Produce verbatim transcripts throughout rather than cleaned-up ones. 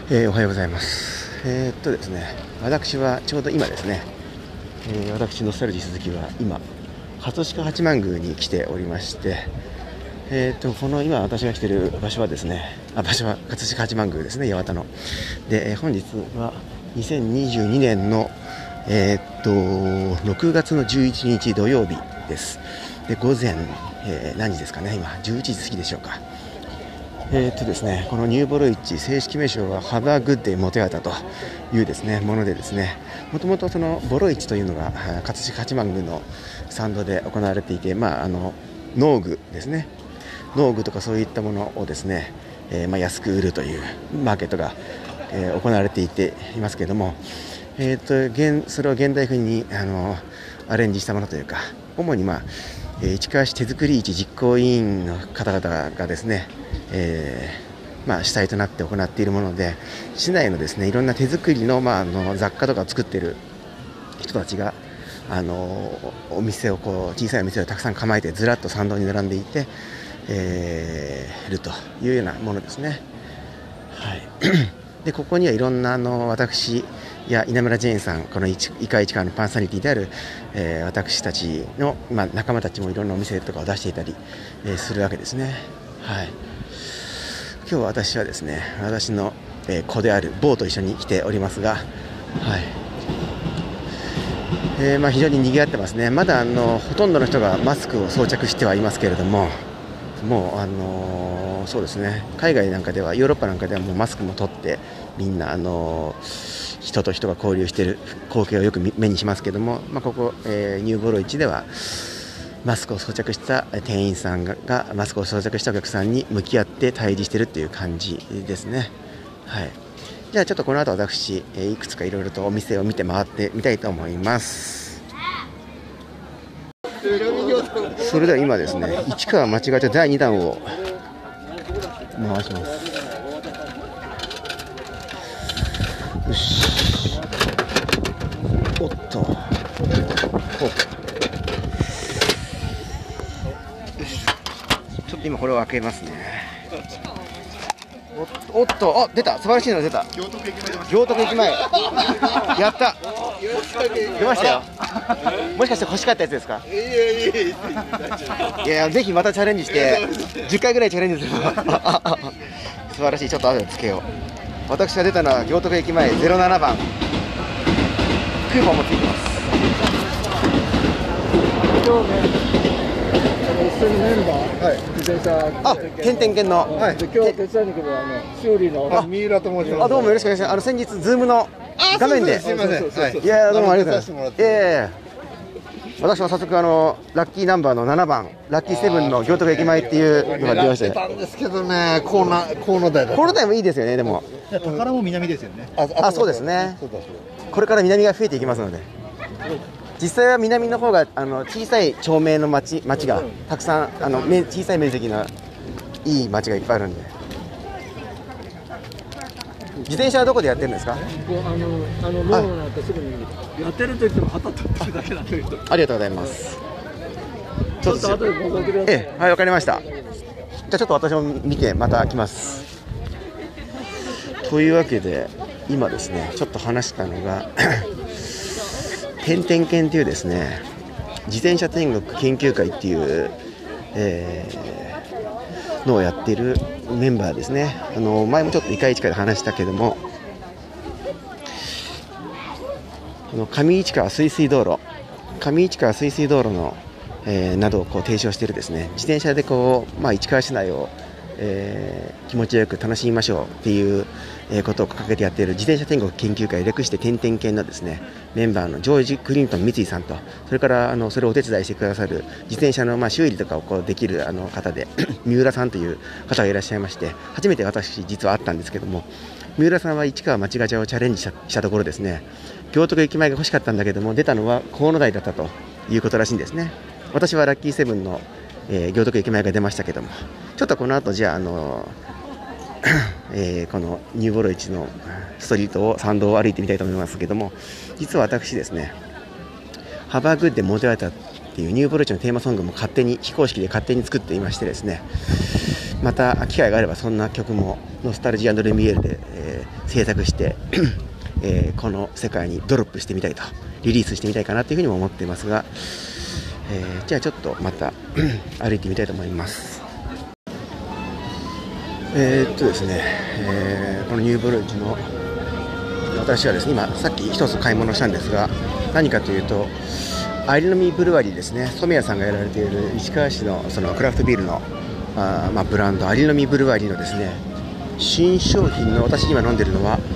えー、おはようございます。えー、っとですね、私はちょうど今ですね、えー、私ノスタルジー鈴木は今葛飾八幡宮に来ておりまして、えー、っとこの今私が来ている場所はですね、あ場所は葛飾八幡宮ですね、八幡の。で、えー、本日はにせんにじゅうにねんのえー、っとろくがつのじゅういちにち土曜日です。で、午前、えー、何時ですかね、今じゅういちじ過ぎでしょうか。えーっとですね、このニューボロ市正式名称はハバーグッデイモテアタというですねものでですね、もともとそのボロ市というのが葛飾八幡宮の参道で行われていて、まあ、あの農具ですね、農具とかそういったものをですね、えーまあ、安く売るというマーケットが、えー、行われていていますけれども、えーっと現それを現代風にあのアレンジしたものというか、主に、まあ、市川市手作り市実行委員の方々がですね、えーまあ、主体となって行っているもので、市内のですねいろんな手作りの、まあ、あの雑貨とかを作っている人たちがあのお店をこう小さいお店をたくさん構えてずらっと参道に並んでいて、えー、いるというようなものですね。はい、でここにはいろんなあの私や稲村ジェーンさん、このイカイチカのパーソナリティである、えー、私たちの、まあ、仲間たちもいろんなお店とかを出していたり、えー、するわけですね。はい、今日は私はですね、私の、えー、子であるボーと一緒に来ておりますが、はい、えーまあ、非常に賑わってますね。まだあのほとんどの人がマスクを装着してはいますけれども、もうあのー、そうですね、海外なんかではヨーロッパなんかではもうマスクも取ってみんなあのー人と人が交流している光景をよく目にしますけども、まあ、ここ、えー、ニューボロ市ではマスクを装着した店員さん が, がマスクを装着したお客さんに向き合って対峙しているという感じですね。はい、じゃあちょっとこの後私、えー、いくつかいろいろとお店を見て回ってみたいと思います。それでは今ですね、市川町ガチャだいにだんを回します。よし、おっと、こうよし、ちょっと今これを開けますね。お, おっと、あ、出た、素晴らしいの出た。行徳駅前やった、出ましたよ。もしかして欲しかったやつですか。いや、ぜひまたチャレンジしてじゅっかいぐらいチャレンジする素晴らしい。ちょっと後でつけよう。私が出たのは行徳駅前ゼロななばん、クーポンもついてます。今日ね、一緒にメンバー、はい、自転車、あ、点々犬の、はい、今日手伝いに来るあの修理の三浦と申します。あ、どうもよろしくお願いします。あの先日ズームの画面で、すみません、はい、いやどうもありがとうございます。ええ、私も早速あのラッキーナンバーのななばん、ラッキーセブンの行徳駅前っていうのが出まして、たんですけどね、河野台だ。河野台もいいですよね。でも宝も南ですよね。 ああ、そうですね。これから南が増えていきますので、実際は南の方があの小さい町名の町町がたくさん、あの小さい面積のいい町がいっぱいあるんで。自転車はどこでやってるんですか。あのあのローンなんてすぐにやってると言っても旗立ってるだけなんで。 ありがとうございます。 ちょっと後で覗いてください。 ええ、はい、わかりました。じゃあちょっと私も見てまた来ます。というわけで今ですね、ちょっと話したのが点々犬というですね、自転車天国研究会っていう、えー、のをやっているメンバーですね。あの前もちょっといかいちかで話したけども、この上市川水水道路上市川水水道路の、えー、などをこう提唱しているですね、自転車でこう、まあ、市川市内を、えー、気持ちよく楽しみましょうっていう、えー、ことを掲げてやっている自転車天国研究会、略して点々犬のですねメンバーのジョージ・クリントン三井さんと、それからあのそれをお手伝いしてくださる自転車のまあ修理とかをこうできるあの方で三浦さんという方がいらっしゃいまして、初めて私実は会ったんですけども、三浦さんは市川町ガチャをチャレンジした、したところですね、行徳駅前が欲しかったんだけども出たのは河野台だったということらしいんですね。私はラッキーセブンの、えー、行徳駅前が出ましたけども、ちょっとこの後じゃあ、あのえー、このニューボロ市のストリートを参道を歩いてみたいと思いますけども、実は私ですね、ハバーグッデモテワタっていうニューボロ市のテーマソングも勝手に非公式で勝手に作っていましてですね、 また機会があればそんな曲もノスタルジー&ルミエールで、えー、制作して、えー、この世界にドロップしてみたいと、リリースしてみたいかなというふうにも思っていますが、えー、じゃあちょっとまた歩いてみたいと思います。えー、っとですね、えー、このニューブルージの私はですね、今さっき一つ買い物したんですが、何かというとアイルノミブルワリーですね、染谷さんがやられている石川市のそのクラフトビールのあ、まあ、ブランドアイルノミブルワリーのですね新商品の、私今飲んでるのは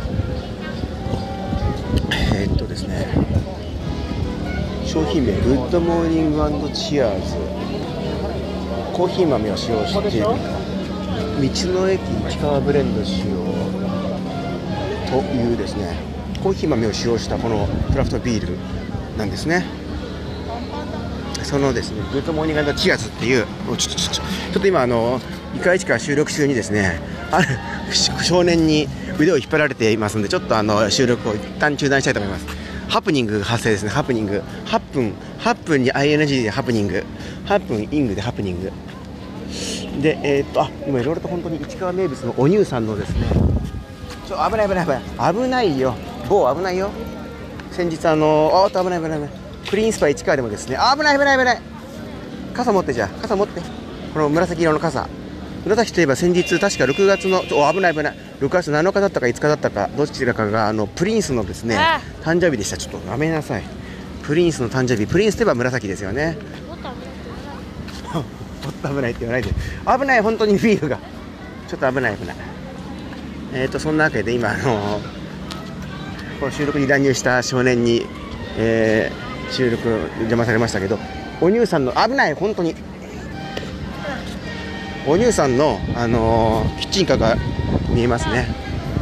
えー、っとですね商品名グッドモーニング&チアーズ、コーヒー豆を使用している道の駅市川ブレンド使用というですねコーヒー豆を使用したこのクラフトビールなんですね。そのですねグッドモーニング&チアーズっていうちょっとちょっとちょっと今あのいかいちか収録中にですねある少年に腕を引っ張られていますので、ちょっとあの収録を一旦中断したいと思います。ハプニングが発生ですね。ハプニングはっぷんはっぷんに アイエヌジー でハプニング、はっぷんイングでハプニングで、えー、っとあ今いろいろと本当に市川名物のお乳さんのですね、ちょ危ない危ない危ない危ないよ、某危ないよ。先日あのあっと危ない危ない危ないクリーンスパ市川でもですね、あ危ない危ない危ない、傘持って、じゃあ傘持って、この紫色の傘、紫といえば先日確かろくがつのお危ない危ないろくがつなのかだったかいつかだったかどちらかがあのプリンスのですね誕生日でした。ちょっとやめなさい。プリンスの誕生日、プリンスといえば紫ですよね。ちょっと危ないって言わないで、危ない本当にビールがちょっと危ない危ない。えーとそんなわけで今あのこの収録に乱入した少年に、えー収録邪魔されましたけど、お乳さんの危ない本当にお乳さんの、あのー、キッチンカーが見えますね。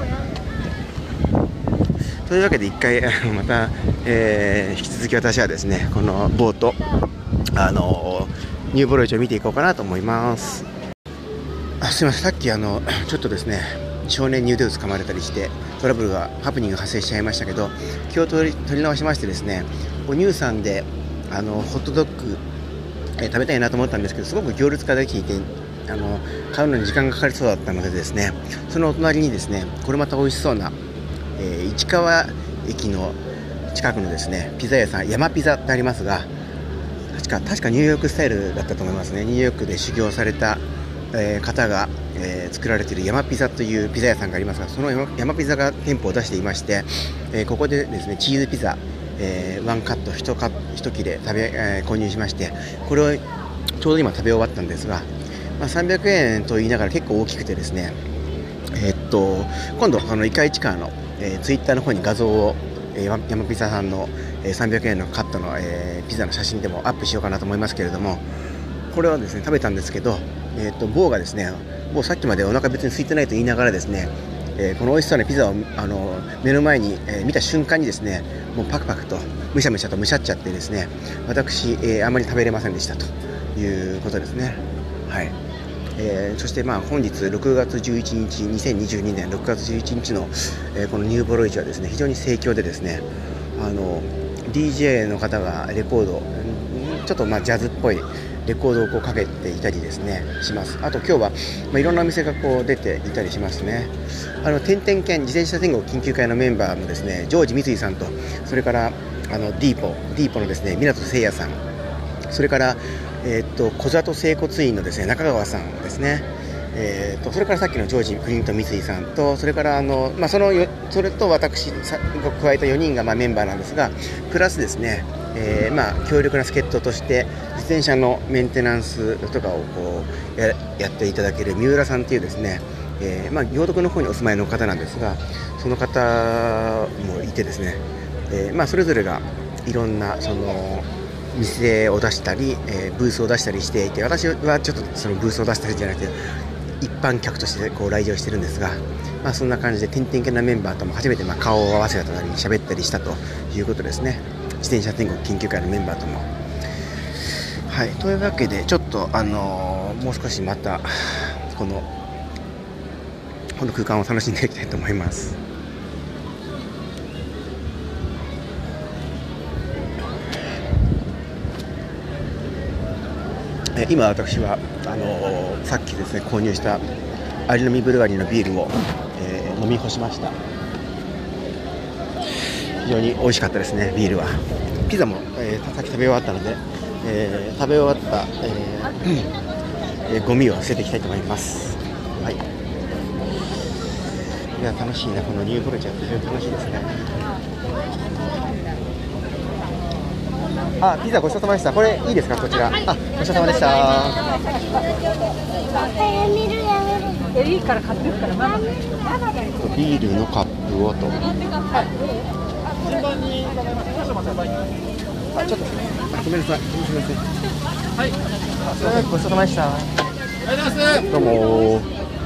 というわけで一回また、えー、引き続き私はですねこのボート、あのー、ニューボロイチを見ていこうかなと思います。あすいません、さっきあのちょっとですね少年に腕をつかまれたりしてトラブルがハプニングが発生しちゃいましたけど、今日取り、取り直しましてですねお乳さんであのホットドッグ、えー、食べたいなと思ったんですけど、すごく行列ができていてあの買うのに時間がかかりそうだったのでですね、そのお隣にですねこれまた美味しそうな、えー、市川駅の近くのですねピザ屋さん山ピザってありますが、確か確かニューヨークスタイルだったと思いますね。ニューヨークで修行された、えー、方が、えー、作られている山ピザというピザ屋さんがありますが、その山ピザが店舗を出していまして、えー、ここでですねチーズピザ、えー、ワンカット一カ一切れ食べ、えー、購入しまして、これをちょうど今食べ終わったんですが、まあ、さんびゃくえんと言いながら結構大きくてですね、えー、っと今度このイカイチカーの、えー、ツイッターの方に画像を、えー、山ピザさんの、えー、さんびゃくえんのカットの、えー、ピザの写真でもアップしようかなと思いますけれども、これはですね食べたんですけど、えー、っと某がですねもうさっきまでお腹別に空いてないと言いながらですね、えー、この美味しそうなピザをあの目の前に、えー、見た瞬間にですねもうパクパクとむしゃむしゃとむしゃっちゃってですね、私、えー、あまり食べれませんでしたということですね。はい、えー、そしてまあ本日ろくがつじゅういちにちにせんにじゅうにねんろくがつじゅういちにちの、えー、このニューボロ市はですね非常に盛況でですね、あの ディージェー の方がレコードちょっとまあジャズっぽいレコードをこうかけていたりですねします。あと今日は、まあ、いろんなお店がこう出ていたりしますね。あの点々犬自転車天国緊急会のメンバーのですねジョージ三井さんと、それからあのディーポディーポのですね湊誠也さん、それからえー、っと小里整骨院のですね中川さんですね、えー、っとそれからさっきのジョージクリント三井さんと、それからあの、まあ、そのよそれと私が加えたよにんがまあメンバーなんですが、プラスですね、えーまあ、強力な助っ人として自転車のメンテナンスとかをこう や, やっていただける三浦さんというですね、えーまあ、行徳の方にお住まいの方なんですが、その方もいてですね、えーまあ、それぞれがいろんなその店を出したり、えー、ブースを出したりしていて、私はちょっとそのブースを出したりじゃなくて一般客としてこう来場してるんですが、まあ、そんな感じで点々犬なメンバーとも初めてまあ顔を合わせたとなり喋ったりしたということですね。自転車天国緊急会のメンバーとも。はい、というわけでちょっと、あのー、もう少しまたこのこの空間を楽しんでいきたいと思います。 え今私はあのー、さっきですね購入したアリノミブルワリーのビールを、えー、飲み干しました。非常に美味しかったですね。ビールはピザも、えー、さっき食べ終わったので、えー、食べ終わった、えーえー、ゴミを捨てていきたいと思います。はい、いや楽しいな、このニューボルチは非常に楽しいですね。あ、ピザごちそうさまでした。これいいですか、こちら。あ、ごちそうさまでした。 いいから買ってるからママ。 ビールのカップをと。はい。 順番に伺います。少々お待ちください。 あ、ちょっとごめんなさい。すみません。 はい。 ごちそうさまでした。 ありがとうございます。 どうも。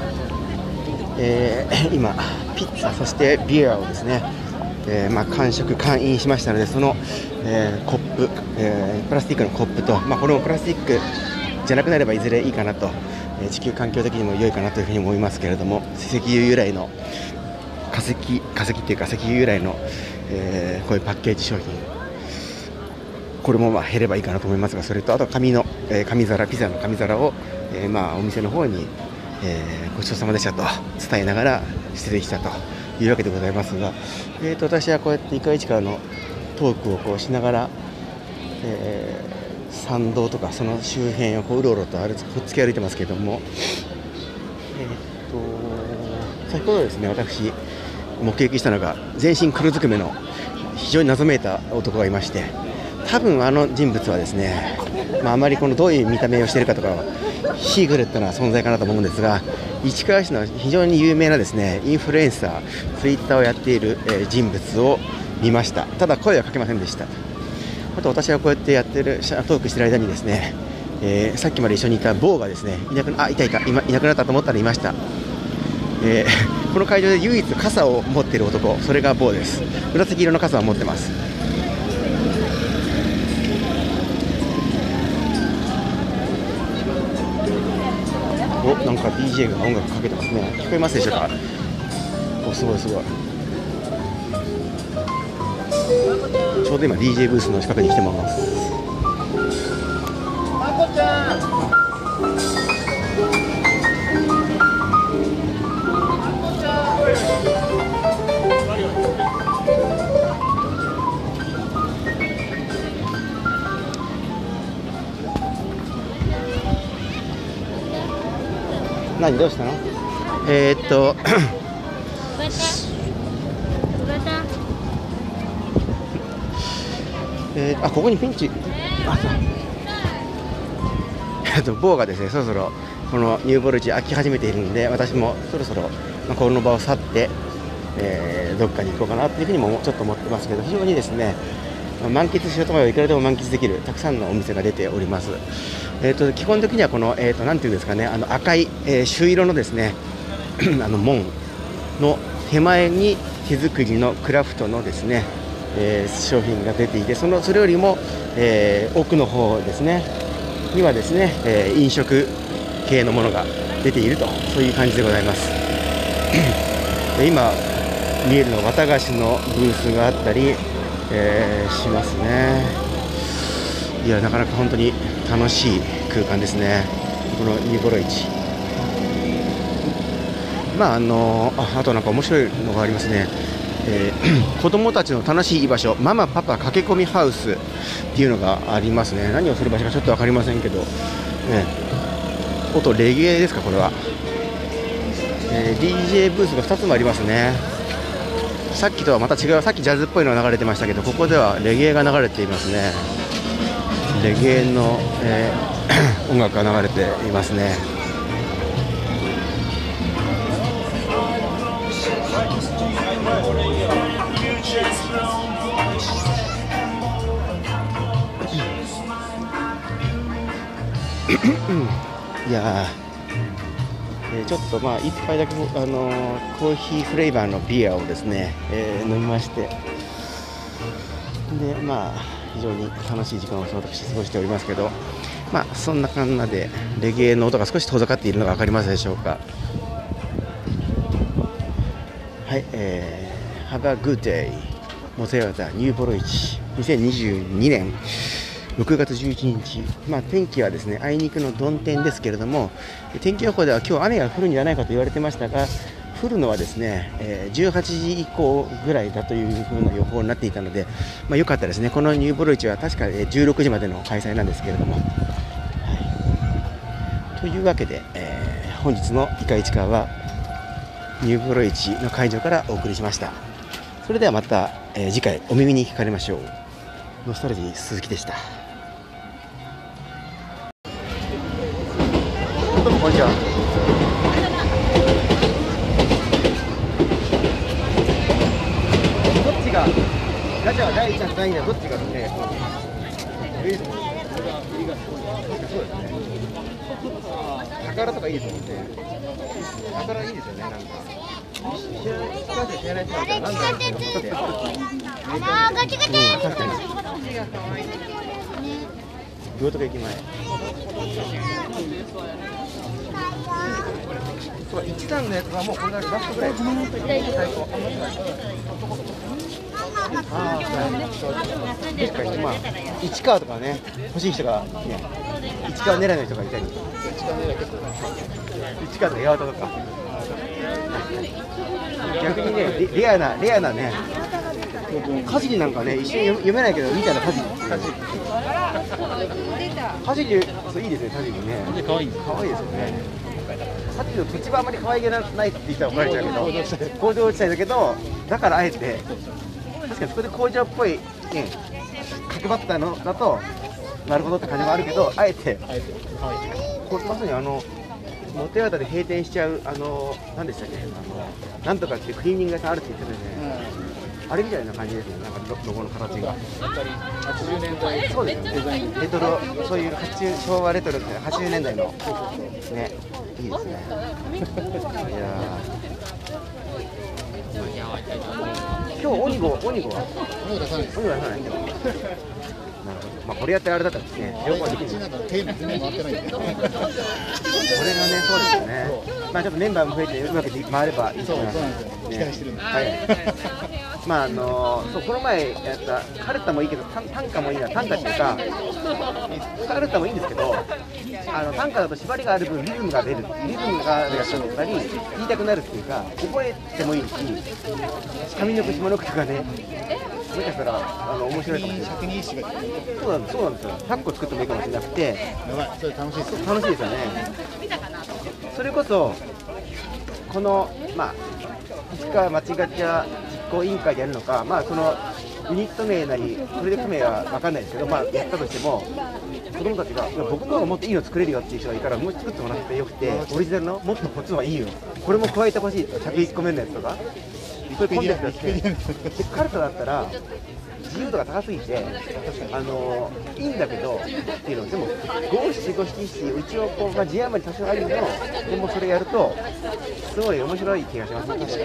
えー、今ピッツァそしてビアをですね、えー、まあ完食完飲しましたので、その、えー、コップ、えー、プラスチックのコップと、まあこれもプラスチックじゃなくなればいずれいいかなと、えー、地球環境的にも良いかなというふうに思いますけれども、石油由来の化石化石っていうか石油由来の、えー、こういうパッケージ商品、これもまあ減ればいいかなと思いますが、それとあと紙の、えー、紙皿、ピザの紙皿を、えー、まあお店の方に、えー、ごちそうさまでしたと伝えながら捨ててきたというわけでございますが、えー、と私はこうやっていかいちからのトークをこうしながら、えー、参道とかその周辺をこううろうろと歩きほっつき歩いてますけれども、えー、と先ほどですね、私目撃したのが全身黒ずくめの非常に謎めいた男がいまして、多分あの人物はですね、まあ、あまりこのどういう見た目をしているかとかはシークレットな存在かなと思うんですが、市川市の非常に有名なですねインフルエンサー、ツイッターをやっている、えー、人物を見ました。ただ声はかけませんでした。あと私はこうやってやってるトークしている間にですね、えー、さっきまで一緒にいた坊がですねいなくなあいたいた今いなくなったと思ったらいました。えー、この会場で唯一傘を持っている男、それが坊です。紫色の傘を持ってます。お、なんか ディージェー が音楽かけてますね。聞こえますでしょうか。お、すごいすごい。ちょうど今 ディージェー ブースの近くに来てます。 まこちゃん。 何どうしたの？えー、っとえー、あここにピンチあそうえっと坊がですねそろそろこのニューボルジ飽き始めているので、私もそろそろ、まあ、この場を去って、えー、どっかに行こうかなというふうにもちょっと思ってますけど、非常にですね満喫しようと思えばいくらでも満喫できるたくさんのお店が出ております。えー、と基本的にはこの、えー、となんていうんですかね、あの赤い、えー、朱色のですねあの門の手前に手作りのクラフトのですね、えー、商品が出ていて、そのそれよりも、えー、奥の方ですねにはですね、えー、飲食系のものが出ていると、そういう感じでございます。で今見えるのは綿菓子のブースがあったり、えー、しますね。いやなかなか本当に楽しい空間ですね、このニューボロ市。まああの あ, あとなんか面白いのがありますね。えー、子供たちの楽しい居場所、ママパパ駆け込みハウスっていうのがありますね。何をする場所かちょっと分かりませんけど、ね、音レゲエですかこれは。えー、ディージェー ブースがふたつもありますね。さっきとはまた違う、さっきジャズっぽいのが流れてましたけど、ここではレゲエが流れていますね。レゲエの、えー、音楽が流れていますね。いやー、えー、ちょっとまあ一杯だけ、あのー、コーヒーフレーバーのビアをですね、えー、飲みまして、でまあ非常に楽しい時間を私過ごしておりますけど、まあそんな感じでレゲエの音が少し遠ざかっているのが分かりますでしょうか。はい、えー、Have a good day モテワタニューボロ市にせんにじゅうにねんろくがつじゅういちにち、まあ、天気はですねあいにくの曇天ですけれども、天気予報では今日雨が降るんじゃないかと言われてましたが、降るのはですね、えー、じゅうはちじ以降ぐらいだという風な予報になっていたので、まあ、よかったですね。このニューボロ市は確かじゅうろくじまでの開催なんですけれども、はい、というわけで、えー、本日のイカイチカはニューボロ市の会場からお送りしました。それではまた、えー、次回お耳にかかりましょう。ノスタルジー鈴木でした。どうもこんにちは。どっちがガチャはだいいち弾とだいに弾どっちがですね、いいと思う。そうですね。宝とかいいですもんね。宝いいですよね、なんか。知らない人は知らない人はなんだろう。 あーガチガチ。 確かに。行徳駅前。そう、一段のやつはもうこんなラストぐらい。最高。ああ、確かに、まあ、市川とかね、欲しい人が、ね、市川狙いの人がいたり、市川狙い結構、市川とか八幡とか、逆にね、レレアな、レアなね、カジキなんかね、一瞬読めないけど、みたいなカジキ。カジキ、そういいですね、カジキね。可愛い、可愛いですよね。カジキの土地はあまり可愛げないって言ったら怒られちゃうけど、工場地帯だけど、だからあえて。確かにそこで工場っぽい、ね、角張ったのだとなるほどって感じもあるけど、あえてこれまさにあの元八幡で閉店しちゃうあの何でしたっけ、あのなんとかっていうクリーニング屋さんあるって言ってたね、うん、あれみたいな感じですね、なんかロゴの形がやっぱりはちじゅうねんだい、そうですよね、レトロ、そういう昭和レトロってはちじゅうねんだいのね、いいですね。いや今日オニゴ、オニゴはオニゴ出さないです。オニゴ出さないけど。なるほど。まあこれやってあれだったらですね、両方できる。なんかテーマ全然回ってないんで。これがね、そうですよね。まあちょっとメンバーも増えてうまく回ればいいと思います。期待してるんで。はい。まああのそうこの前やったカルタもいいけど短歌もいいな、短歌っていうかカルタもいいんですけど、あの短歌だと縛りがある分リズムが出る、リズムが出たり言いたくなるっていうか、覚えてもいいし、上の句下の句とかね、もしかしたらあの面白いかもしれない。百人一首がそうなんです、そうなんですよ。ひゃっこ作ってもいいかもしれなくて、やばい、それ楽しいです。楽しいですよね。それこそこのまあいつか町ガチャ実行委員会でやるのか、まあそのユニット名なりプロジェクト名は分かんないですけど、まあやったとしても子供たちがいや僕の方がもっといいの作れるよっていう人がいたらもう作ってもらってよくて、オリジナルのもっとこっちの方がいいよ、これも加えてほしいとかひゃくいっこめのやつとかそういうコンテンツやってでカルタだったら自由度が高すぎて、あのー、いいんだけどっていうのでも五七五七七一応こう、まあ、字余り多少あるのでもそれやるとすごい面白い気がしますね。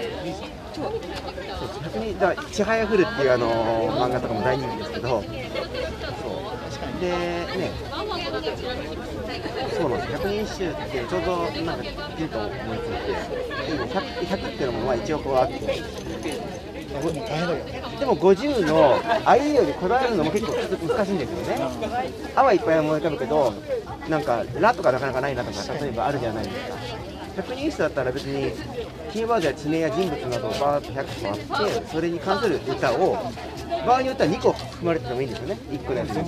逆にだからちはやふるっていう、あのー、漫画とかも大人気ですけど、そうでね、そうなんです。百人一首ってちょうどなんかピンと思いついて、百、百っていうのもまあ一応こうあって。でもごじゅうのあいうよりこだわるのも結構難しいんですよね。あはいっぱい思い浮かぶけど、なんかラとかなかなかないなとか例えばあるじゃないですか。百人一首だったら別にキーワードや地名や人物などをバーッとひゃっこあって、それに関する歌を場合によってはにこ含まれててもいいんですよね。いっこでやっても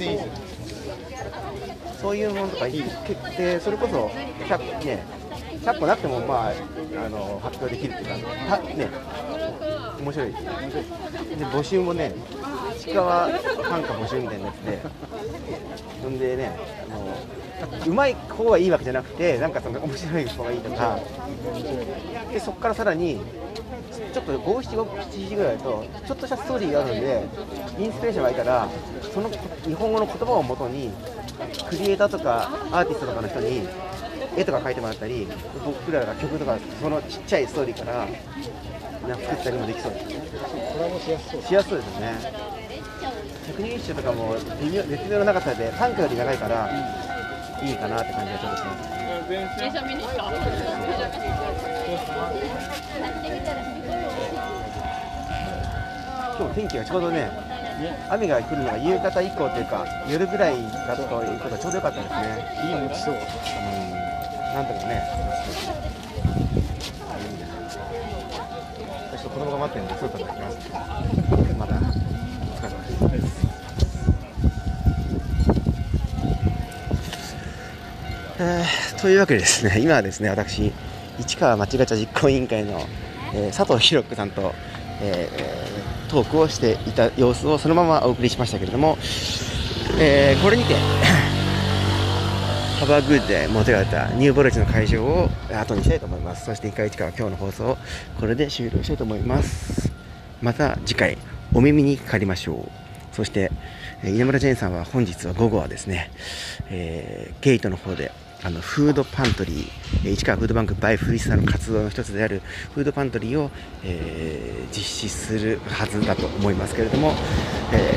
そういうものとかいいで、それこそひゃくね、ひゃっこなくてもまああの発表できるっていうか、たね。面白いですね。で募集もね、市川短歌募集みたいになってて、そんでね、あのうまい方がいいわけじゃなくて、なんかその面白い方がいいとか、でそこからさらにちょっとごしちごしちぐらいだとちょっとしたストーリーがあるんで、インスピレーションがいたらその日本語の言葉をもとにクリエイターとかアーティストとかの人に絵とか描いてもらったり、僕らが曲とかそのちっちゃいストーリーからなんか作ったりもできそうですね。コラボしやすそう。しやすそうですね。百人一首とかも微妙絶妙な長さで短歌より長いからいいかなって感じがちょっとします。電車見に行った。今日天気がちょうどね雨が降るのが夕方以降というか夜ぐらいだということはちょうどよかったですね。 いい持ちそう。 うん、なんとかね。ちょっと子供が待ってるんで、外に行きます。まだお疲れ様です。えー、というわけでですね、今はですね、私、市川町ガチャ実行委員会の、えー、佐藤弘樹さんと、えー、トークをしていた様子をそのままお送りしましたけれども、えー、これにてハバーグッで持てられたニューボレッジの会場を後にしたいと思います。そしていかいちかは今日の放送をこれで終了したいと思います。また次回お耳にかかりましょう。そして稲村ジェーンさんは本日は午後はですね、えー、ゲートの方であのフードパントリー、市川フードバンクバイフリスタの活動の一つであるフードパントリーを、えー、実施するはずだと思いますけれども、え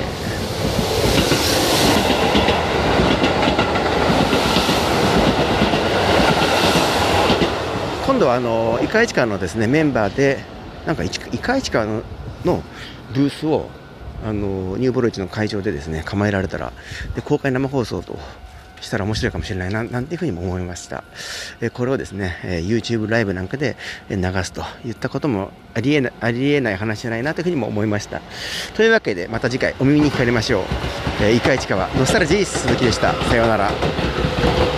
ー、今度はあのイカイチカのですねメンバーでなんかイカイチカののブースをあのニューボロイチの会場でですね構えられたらで公開生放送としたら面白いかもしれないななんていうふうにも思いました。えこれをですね、え YouTube ライブなんかで流すといったこともありえない、ありえない話じゃないなというふうにも思いました。というわけでまた次回お耳にかかりましょう。えー、イカイチカはノスタルジー鈴木でした。さようなら。